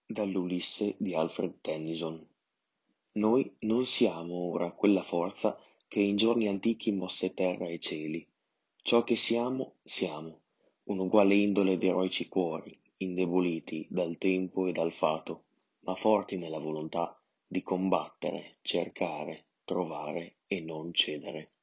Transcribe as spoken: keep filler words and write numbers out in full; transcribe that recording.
Dall'Ulisse di Alfred Tennyson. Noi non siamo ora quella forza che in giorni antichi mosse terra e cieli. Ciò che siamo, siamo, un'uguale indole d'eroici cuori, indeboliti dal tempo e dal fato, ma forti nella volontà di combattere, cercare, trovare e non cedere.